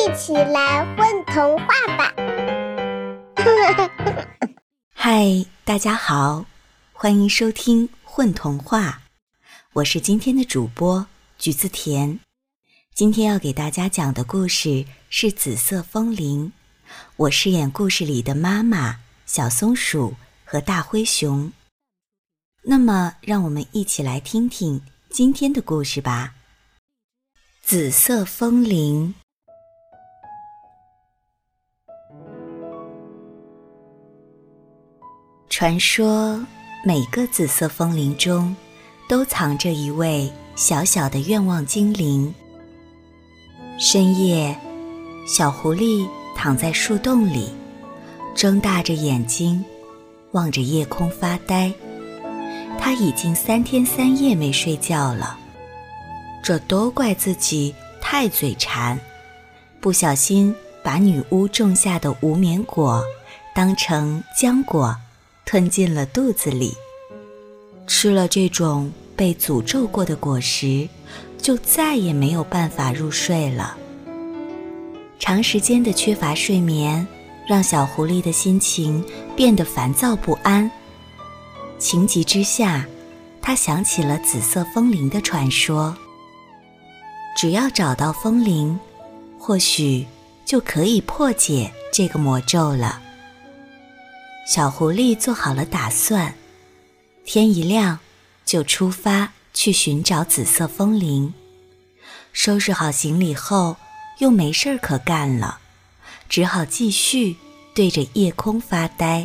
一起来混童话吧！ 嗨，大家好，欢迎收听混童话，我是今天的主播橘子甜。今天要给大家讲的故事是紫色风铃，我饰演故事里的妈妈、小松鼠和大灰熊。那么让我们一起来听听今天的故事吧。紫色风铃。传说每个紫色风铃中都藏着一位小小的愿望精灵。深夜，小狐狸躺在树洞里，睁大着眼睛望着夜空发呆。他已经3天3夜没睡觉了，这都怪自己太嘴馋，不小心把女巫种下的无眠果当成浆果吞进了肚子里。吃了这种被诅咒过的果实，就再也没有办法入睡了。长时间的缺乏睡眠，让小狐狸的心情变得烦躁不安。情急之下，他想起了紫色风铃的传说。只要找到风铃，或许就可以破解这个魔咒了。小狐狸做好了打算，天一亮就出发去寻找紫色风铃。收拾好行李后，又没事儿可干了，只好继续对着夜空发呆。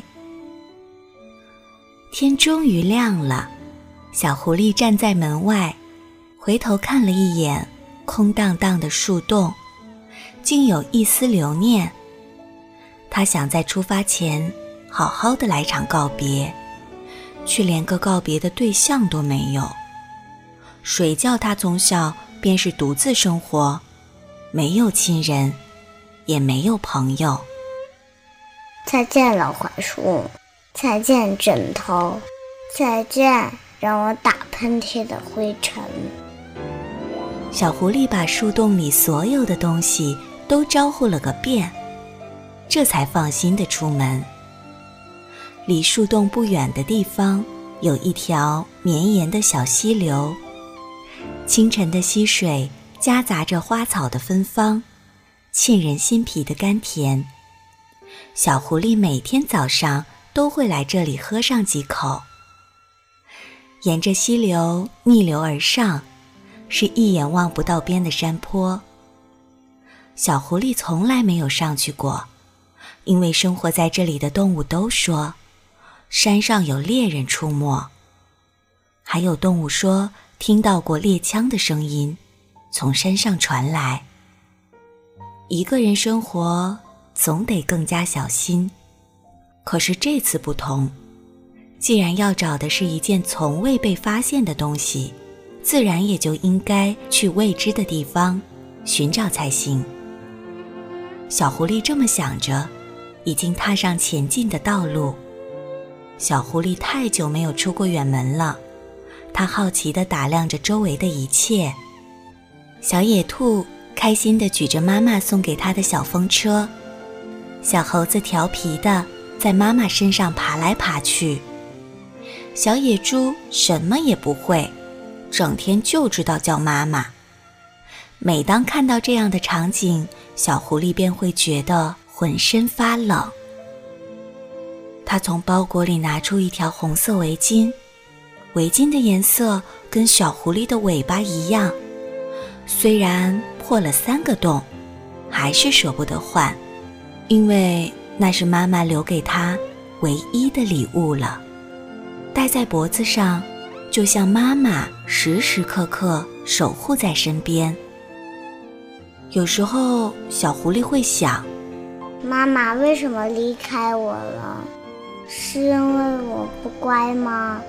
天终于亮了，小狐狸站在门外，回头看了一眼空荡荡的树洞，竟有一丝留念。他想在出发前好好的来场告别，却连个告别的对象都没有。谁叫他从小便是独自生活，没有亲人，也没有朋友。 再见了槐树，再见枕头，再见让我打喷嚏的灰尘。 小狐狸把树洞里所有的东西都招呼了个遍，这才放心地出门。离树洞不远的地方有一条绵延的小溪流，清晨的溪水夹杂着花草的芬芳，沁人心脾的甘甜。小狐狸每天早上都会来这里喝上几口。沿着溪流逆流而上，是一眼望不到边的山坡。小狐狸从来没有上去过，因为生活在这里的动物都说山上有猎人出没，还有动物说听到过猎枪的声音从山上传来。一个人生活总得更加小心，可是这次不同，既然要找的是一件从未被发现的东西，自然也就应该去未知的地方寻找才行。小狐狸这么想着，已经踏上前进的道路。小狐狸太久没有出过远门了，它好奇地打量着周围的一切。小野兔开心地举着妈妈送给它的小风车，小猴子调皮地在妈妈身上爬来爬去，小野猪什么也不会，整天就知道叫妈妈。每当看到这样的场景，小狐狸便会觉得浑身发冷。他从包裹里拿出一条红色围巾，围巾的颜色跟小狐狸的尾巴一样，虽然破了3个洞，还是舍不得换，因为那是妈妈留给他唯一的礼物了。戴在脖子上，就像妈妈时时刻刻守护在身边。有时候小狐狸会想， 妈妈为什么离开我了？是因为我不乖吗？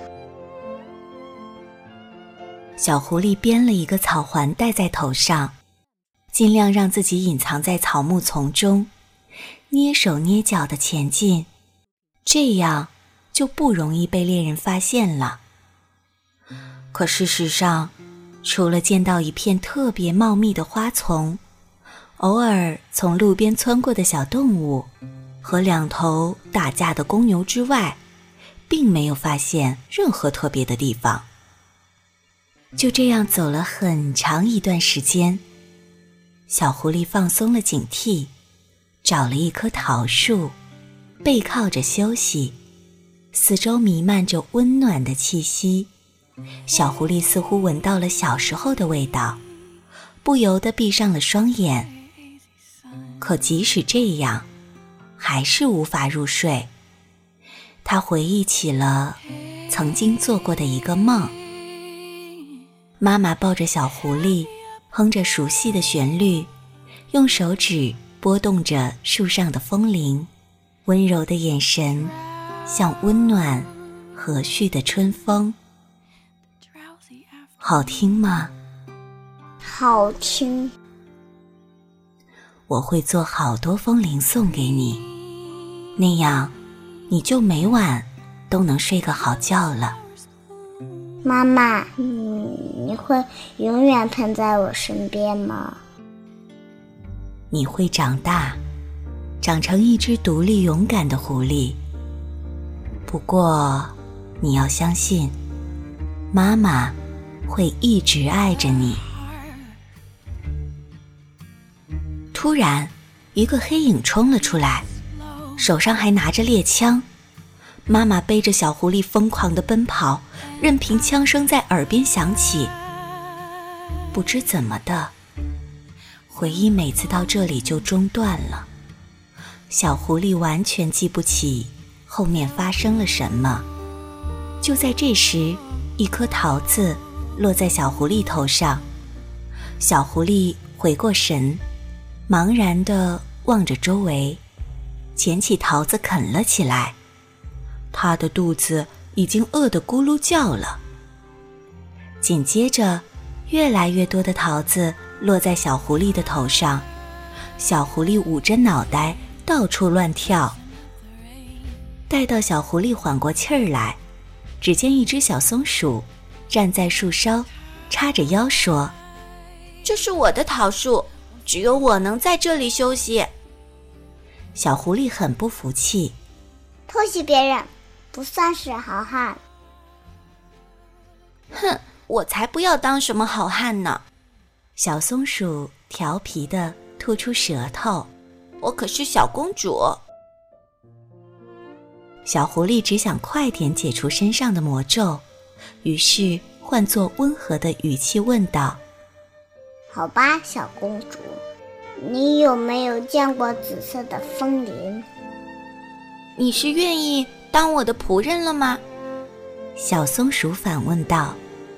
小狐狸编了一个草环戴在头上，尽量让自己隐藏在草木丛中，蹑手蹑脚地前进，这样就不容易被猎人发现了。可事实上，除了见到一片特别茂密的花丛， 偶尔从路边窜过的小动物和两头打架的公牛之外，并没有发现任何特别的地方。就这样走了很长一段时间，小狐狸放松了警惕，找了一棵桃树，背靠着休息，四周弥漫着温暖的气息。小狐狸似乎闻到了小时候的味道，不由地闭上了双眼。可即使这样，还是无法入睡。他回忆起了曾经做过的一个梦。妈妈抱着小狐狸，哼着熟悉的旋律，用手指拨动着树上的风铃，温柔的眼神像温暖和煦的春风。好听吗？ 好听。 我会做好多风铃送给你，那样你就每晚都能睡个好觉了。 妈妈，你会永远陪在我身边吗？ 你会长大，长成一只独立勇敢的狐狸。不过，你要相信，妈妈会一直爱着你。突然，一个黑影冲了出来，手上还拿着猎枪。妈妈背着小狐狸疯狂地奔跑，任凭枪声在耳边响起。不知怎么的，回忆每次到这里就中断了。小狐狸完全记不起后面发生了什么。就在这时，一颗桃子落在小狐狸头上，小狐狸回过神，茫然地望着周围，捡起桃子啃了起来。他的肚子已经饿得咕噜叫了。紧接着，越来越多的桃子落在小狐狸的头上，小狐狸捂着脑袋到处乱跳。待到小狐狸缓过气儿来，只见一只小松鼠站在树梢，叉着腰说：“这是我的桃树，只有我能在这里休息。”小狐狸很不服气：“ 偷袭别人不算是好汉。”“ 哼，我才不要当什么好汉呢！”小松鼠调皮地吐出舌头：“我可是小公主。”小狐狸只想快点解除身上的魔咒，于是换作温和的语气问道：“ 好吧，小公主，你有没有见过紫色的风铃？”“ 你是愿意当我的仆人了吗？”小松鼠反问道。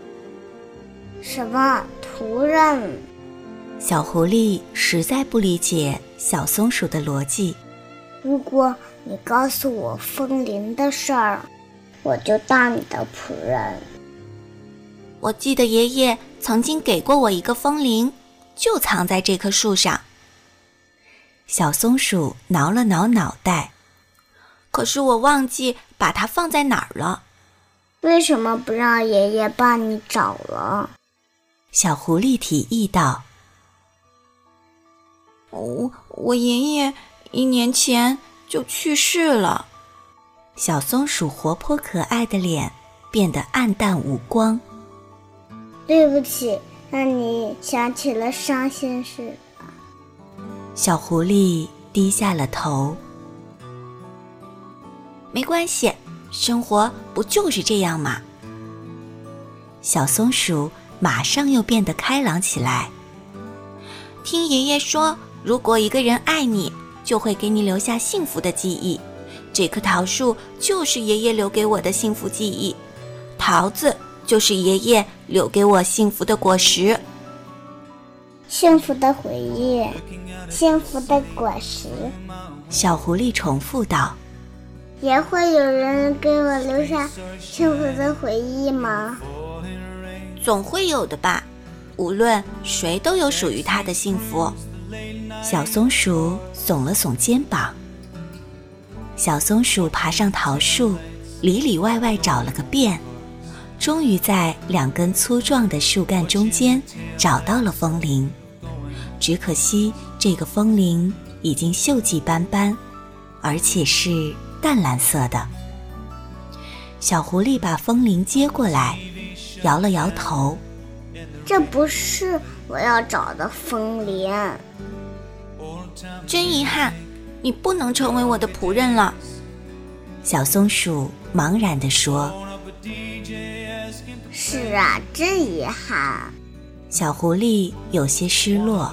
“什么仆人？” 小狐狸实在不理解小松鼠的逻辑。 “如果你告诉我风铃的事儿，我就当你的仆人。”“ 我记得爷爷曾经给过我一个风铃，就藏在这棵树上。”小松鼠挠了挠脑袋，“可是我忘记把它放在哪儿了。”“ 为什么不让爷爷帮你找了？” 小狐狸提议道。“我爷爷1年前就去世了。”小松鼠活泼可爱的脸变得暗淡无光。 “对不起，让你想起了伤心事。” 小狐狸低下了头。“没关系，生活不就是这样吗？”小松鼠马上又变得开朗起来。“听爷爷说，如果一个人爱你，就会给你留下幸福的记忆。这棵桃树就是爷爷留给我的幸福记忆，桃子就是爷爷留给我幸福的果实。”“ 幸福的回忆，幸福的果实。” 小狐狸重复道。 “也会有人给我留下幸福的回忆吗？”“ 总会有的吧，无论谁都有属于他的幸福。”小松鼠耸了耸肩膀。小松鼠爬上桃树，里里外外找了个遍，终于在2根粗壮的树干中间找到了风铃。只可惜这个风铃已经锈迹斑斑，而且是淡蓝色的。小狐狸把风铃接过来，摇了摇头， 这不是我要找的风铃。 真遗憾，你不能成为我的仆人了。小松鼠茫然地说。 是啊，真遗憾。 小狐狸有些失落。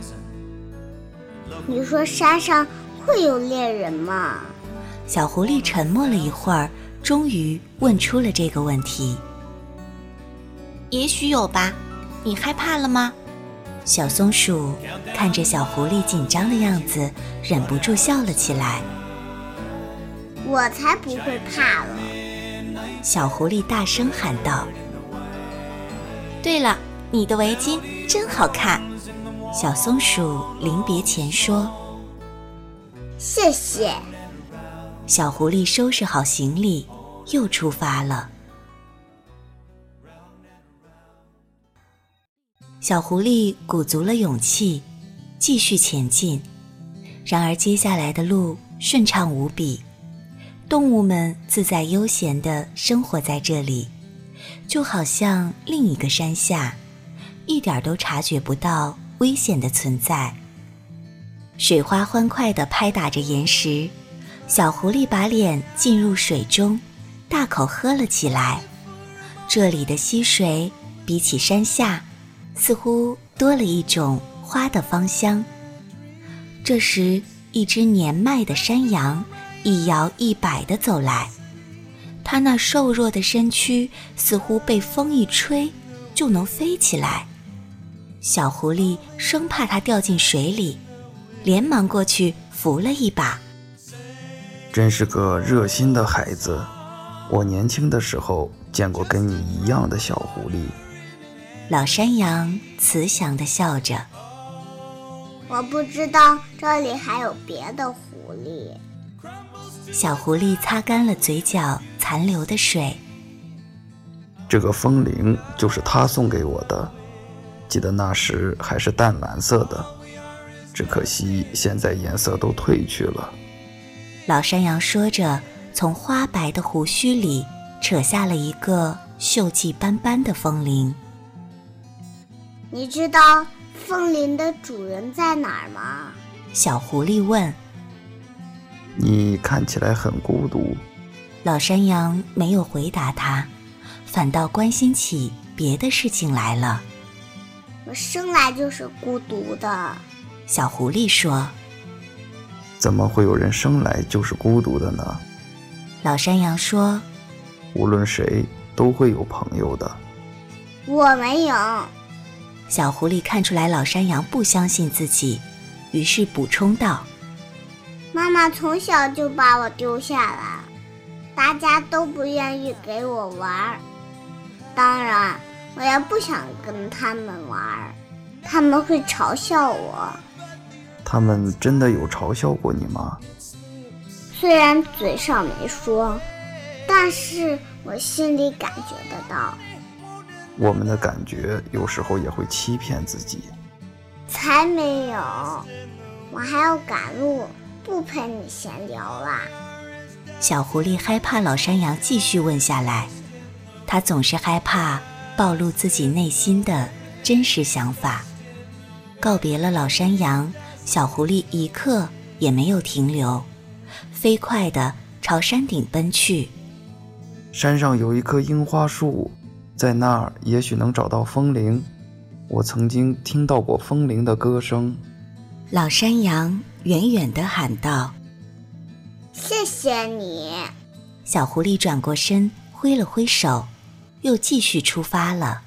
你说山上会有猎人吗？ 小狐狸沉默了一会儿，终于问出了这个问题。也许有吧，你害怕了吗？小松鼠看着小狐狸紧张的样子，忍不住笑了起来。 我才不会怕了！ 小狐狸大声喊道。对了，你的围巾真好看。小松鼠临别前说。 谢谢。 小狐狸收拾好行李，又出发了。小狐狸鼓足了勇气，继续前进。然而接下来的路顺畅无比，动物们自在悠闲地生活在这里，就好像另一个山下，一点都察觉不到危险的存在。水花欢快地拍打着岩石，小狐狸把脸浸入水中，大口喝了起来。这里的溪水比起山下，似乎多了一种花的芳香。这时，一只年迈的山羊一摇一摆地走来，它那瘦弱的身躯似乎被风一吹就能飞起来。小狐狸生怕它掉进水里，连忙过去扶了一把。 真是个热心的孩子，我年轻的时候见过跟你一样的小狐狸。 老山羊慈祥地笑着。 我不知道这里还有别的狐狸。 小狐狸擦干了嘴角残留的水。 这个风铃就是他送给我的，记得那时还是淡蓝色的，只可惜现在颜色都褪去了。 老山羊说着，从花白的胡须里扯下了一个锈迹斑斑的风铃。 你知道风铃的主人在哪儿吗？ 小狐狸问。 你看起来很孤独。 老山羊没有回答他，反倒关心起别的事情来了。 我生来就是孤独的。 小狐狸说。 怎么会有人生来就是孤独的呢？ 老山羊说。 无论谁都会有朋友的。 我没有。 小狐狸看出来老山羊不相信自己，于是补充道。 妈妈从小就把我丢下来，大家都不愿意给我玩，当然我也不想跟他们玩，他们会嘲笑我。 他们真的有嘲笑过你吗？ 虽然嘴上没说，但是我心里感觉得到。 我们的感觉有时候也会欺骗自己。 才没有，我还要赶路，不陪你闲聊啦。 小狐狸害怕老山羊继续问下来，他总是害怕暴露自己内心的真实想法。告别了老山羊，小狐狸一刻也没有停留，飞快地朝山顶奔去。 山上有一棵樱花树，在那儿也许能找到风铃。我曾经听到过风铃的歌声。 老山羊远远地喊道。 谢谢你。 小狐狸转过身挥了挥手，又继续出发了。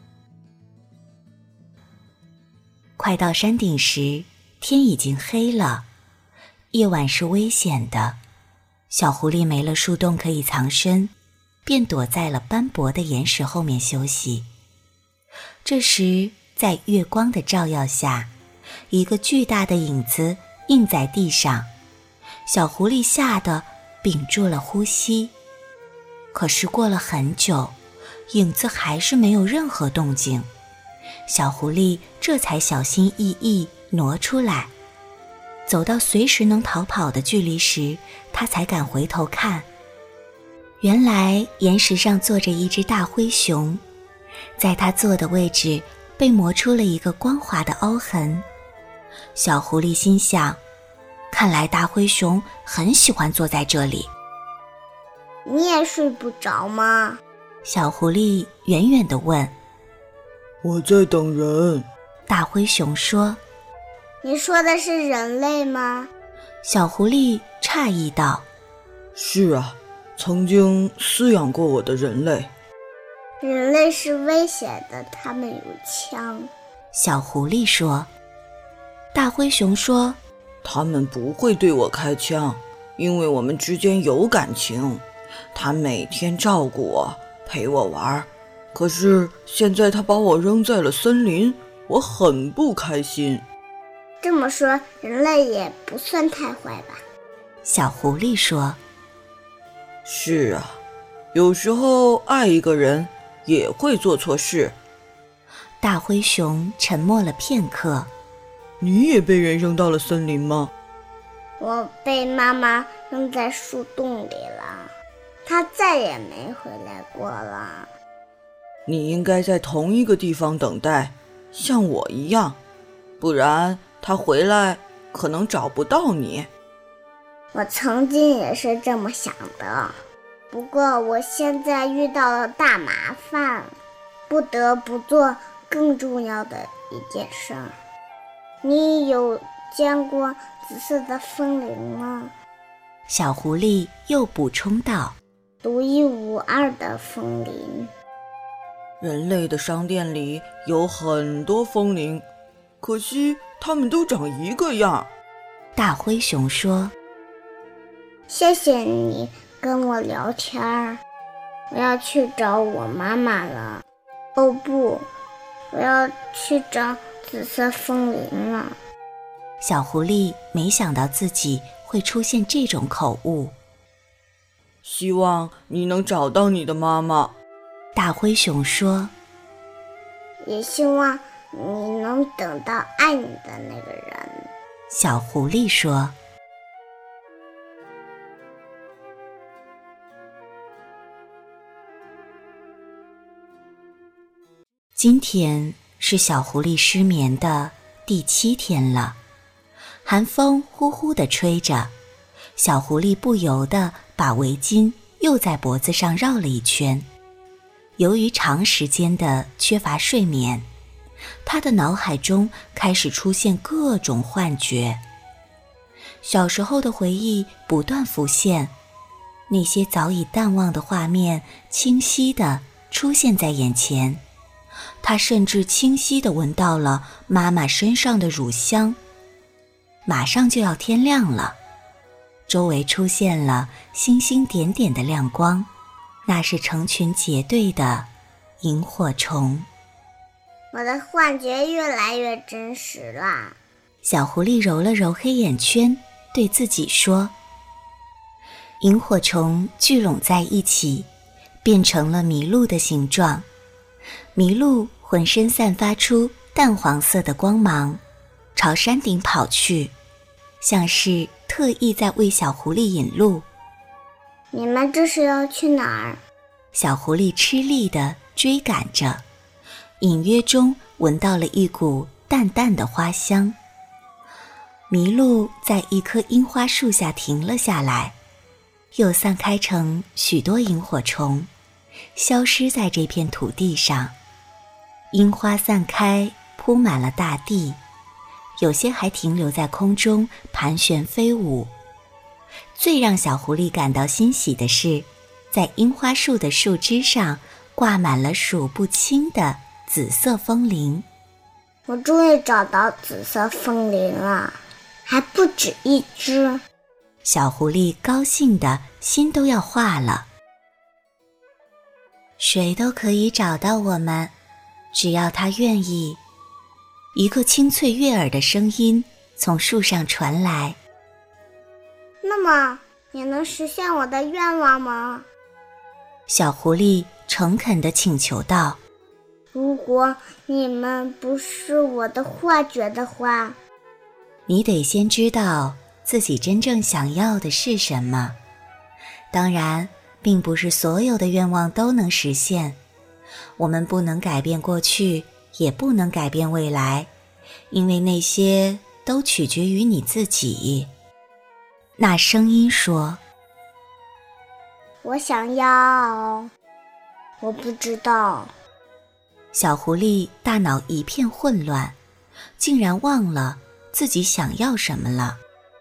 快到山顶时，天已经黑了。夜晚是危险的，小狐狸没了树洞可以藏身，便躲在了斑驳的岩石后面休息。这时，在月光的照耀下，一个巨大的影子映在地上，小狐狸吓得屏住了呼吸。可是过了很久，影子还是没有任何动静，小狐狸这才小心翼翼挪出来。走到随时能逃跑的距离时，他才敢回头看。原来岩石上坐着一只大灰熊，在它坐的位置被磨出了一个光滑的凹痕。小狐狸心想，看来大灰熊很喜欢坐在这里。 你也睡不着吗？ 小狐狸远远地问。 我在等人。 大灰熊说。 你说的是人类吗？ 小狐狸诧异道。 是啊，曾经饲养过我的人类。 人类是危险的，他们有枪。 小狐狸说。大灰熊说， 他们不会对我开枪，因为我们之间有感情。他每天照顾我，陪我玩，可是现在他把我扔在了森林，我很不开心。 这么说，人类也不算太坏吧？ 小狐狸说。 是啊，有时候爱一个人也会做错事。 大灰熊沉默了片刻。 你也被人扔到了森林吗？ 我被妈妈扔在树洞里了，她再也没回来过了。 你应该在同一个地方等待，像我一样，不然她回来可能找不到你。 我曾经也是这么想的，不过我现在遇到了大麻烦，不得不做更重要的一件事儿。你有见过紫色的风铃吗？ 小狐狸又补充道。 独一无二的风铃。 人类的商店里有很多风铃，可惜它们都长一个样。 大灰熊说。 谢谢你跟我聊天儿，我要去找我妈妈了。哦不，我要去找紫色风铃了。 小狐狸没想到自己会出现这种口误。 希望你能找到你的妈妈。 大灰熊说。 也希望你能等到爱你的那个人。 小狐狸说。今天是小狐狸失眠的第7天了，寒风呼呼地吹着，小狐狸不由地把围巾又在脖子上绕了一圈。由于长时间的缺乏睡眠，他的脑海中开始出现各种幻觉。小时候的回忆不断浮现，那些早已淡忘的画面清晰地出现在眼前。他甚至清晰地闻到了妈妈身上的乳香。马上就要天亮了，周围出现了星星点点的亮光，那是成群结队的萤火虫。 我的幻觉越来越真实啦。 小狐狸揉了揉黑眼圈，对自己说。萤火虫聚拢在一起，变成了麋鹿的形状。麋鹿浑身散发出淡黄色的光芒，朝山顶跑去，像是特意在为小狐狸引路。 你们这是要去哪儿？ 小狐狸吃力地追赶着，隐约中闻到了一股淡淡的花香。麋鹿在一棵樱花树下停了下来，又散开成许多萤火虫，消失在这片土地上。樱花散开，铺满了大地，有些还停留在空中盘旋飞舞。最让小狐狸感到欣喜的是，在樱花树的树枝上挂满了数不清的紫色风铃。 我终于找到紫色风铃了，还不止一只。 小狐狸高兴的心都要化了。谁都可以找到我们，只要他愿意。一个清脆悦耳的声音从树上传来。 那么，你能实现我的愿望吗？ 小狐狸诚恳地请求道。 如果你们不是我的幻觉的话， 你得先知道自己真正想要的是什么。当然，并不是所有的愿望都能实现。我们不能改变过去，也不能改变未来，因为那些都取决于你自己。那声音说： 我想要，我不知道。 小狐狸大脑一片混乱，竟然忘了自己想要什么了。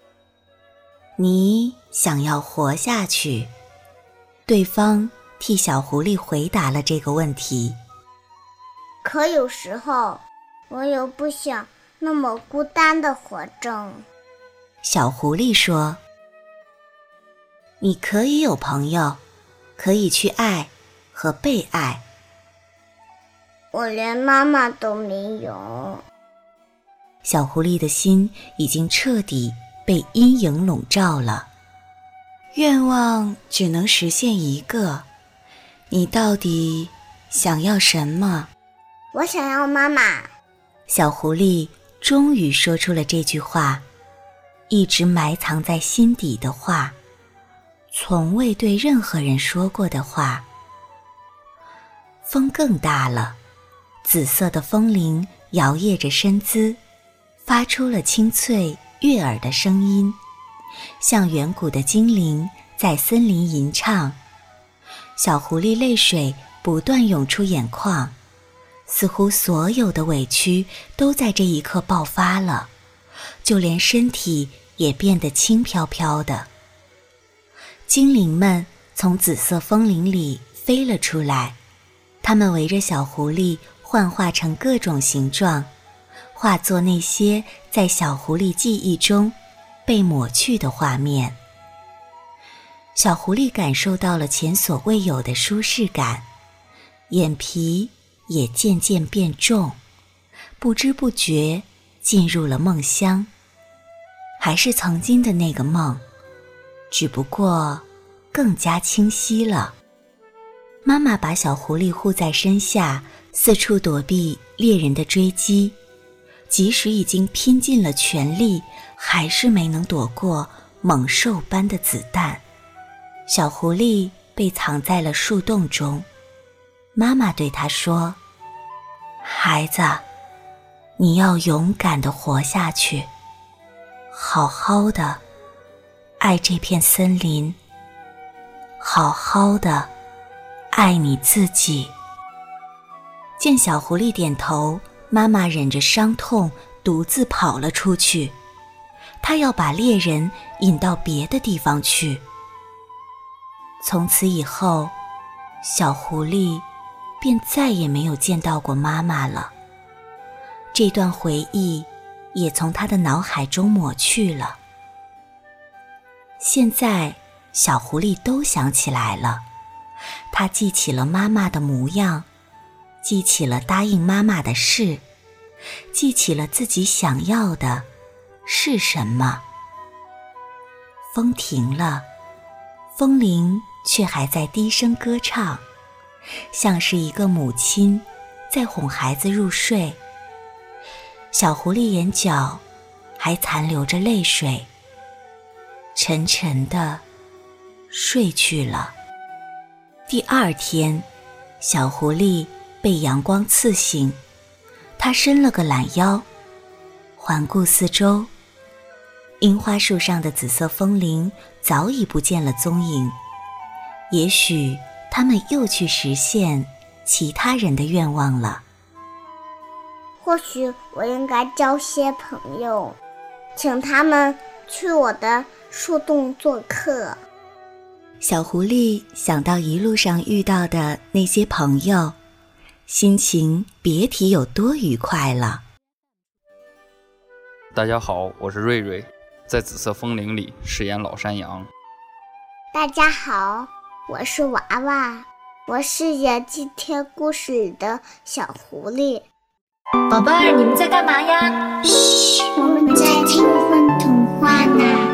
你想要活下去。对方替小狐狸回答了这个问题。 可有时候，我又不想那么孤单地活着。 小狐狸说：你可以有朋友，可以去爱和被爱。 我连妈妈都没有。 小狐狸的心已经彻底被阴影笼罩了。愿望只能实现一个，你到底想要什么？ 我想要妈妈。 小狐狸终于说出了这句话，一直埋藏在心底的话，从未对任何人说过的话。风更大了，紫色的风铃摇曳着身姿，发出了清脆悦耳的声音，像远古的精灵在森林吟唱。小狐狸泪水不断涌出眼眶，似乎所有的委屈都在这一刻爆发了，就连身体也变得轻飘飘的。精灵们从紫色风铃里飞了出来，它们围着小狐狸幻化成各种形状，化作那些在小狐狸记忆中被抹去的画面。小狐狸感受到了前所未有的舒适感，眼皮也渐渐变重，不知不觉进入了梦乡。还是曾经的那个梦，只不过更加清晰了。妈妈把小狐狸护在身下，四处躲避猎人的追击，即使已经拼尽了全力，还是没能躲过猛兽般的子弹。小狐狸被藏在了树洞中，妈妈对它说：孩子，你要勇敢地活下去，好好的爱这片森林，好好的爱你自己。见小狐狸点头，妈妈忍着伤痛独自跑了出去，她要把猎人引到别的地方去。从此以后，小狐狸便再也没有见到过妈妈了，这段回忆也从他的脑海中抹去了。现在小狐狸都想起来了，他记起了妈妈的模样，记起了答应妈妈的事，记起了自己想要的是什么。风停了，风铃却还在低声歌唱，像是一个母亲在哄孩子入睡。小狐狸眼角还残留着泪水，沉沉地睡去了。第二天，小狐狸被阳光刺醒，它伸了个懒腰，环顾四周，樱花树上的紫色风铃早已不见了踪影，也许他们又去实现其他人的愿望了。 或许我应该交些朋友，请他们去我的树洞做客。 小狐狸想到一路上遇到的那些朋友，心情别提有多愉快了。 大家好，我是瑞瑞，在紫色风铃里饰演老山羊。 大家好，我是娃娃，我饰演今天故事里的小狐狸。 宝贝儿，你们在干嘛呀？ 嘘，我们在听风童话呢。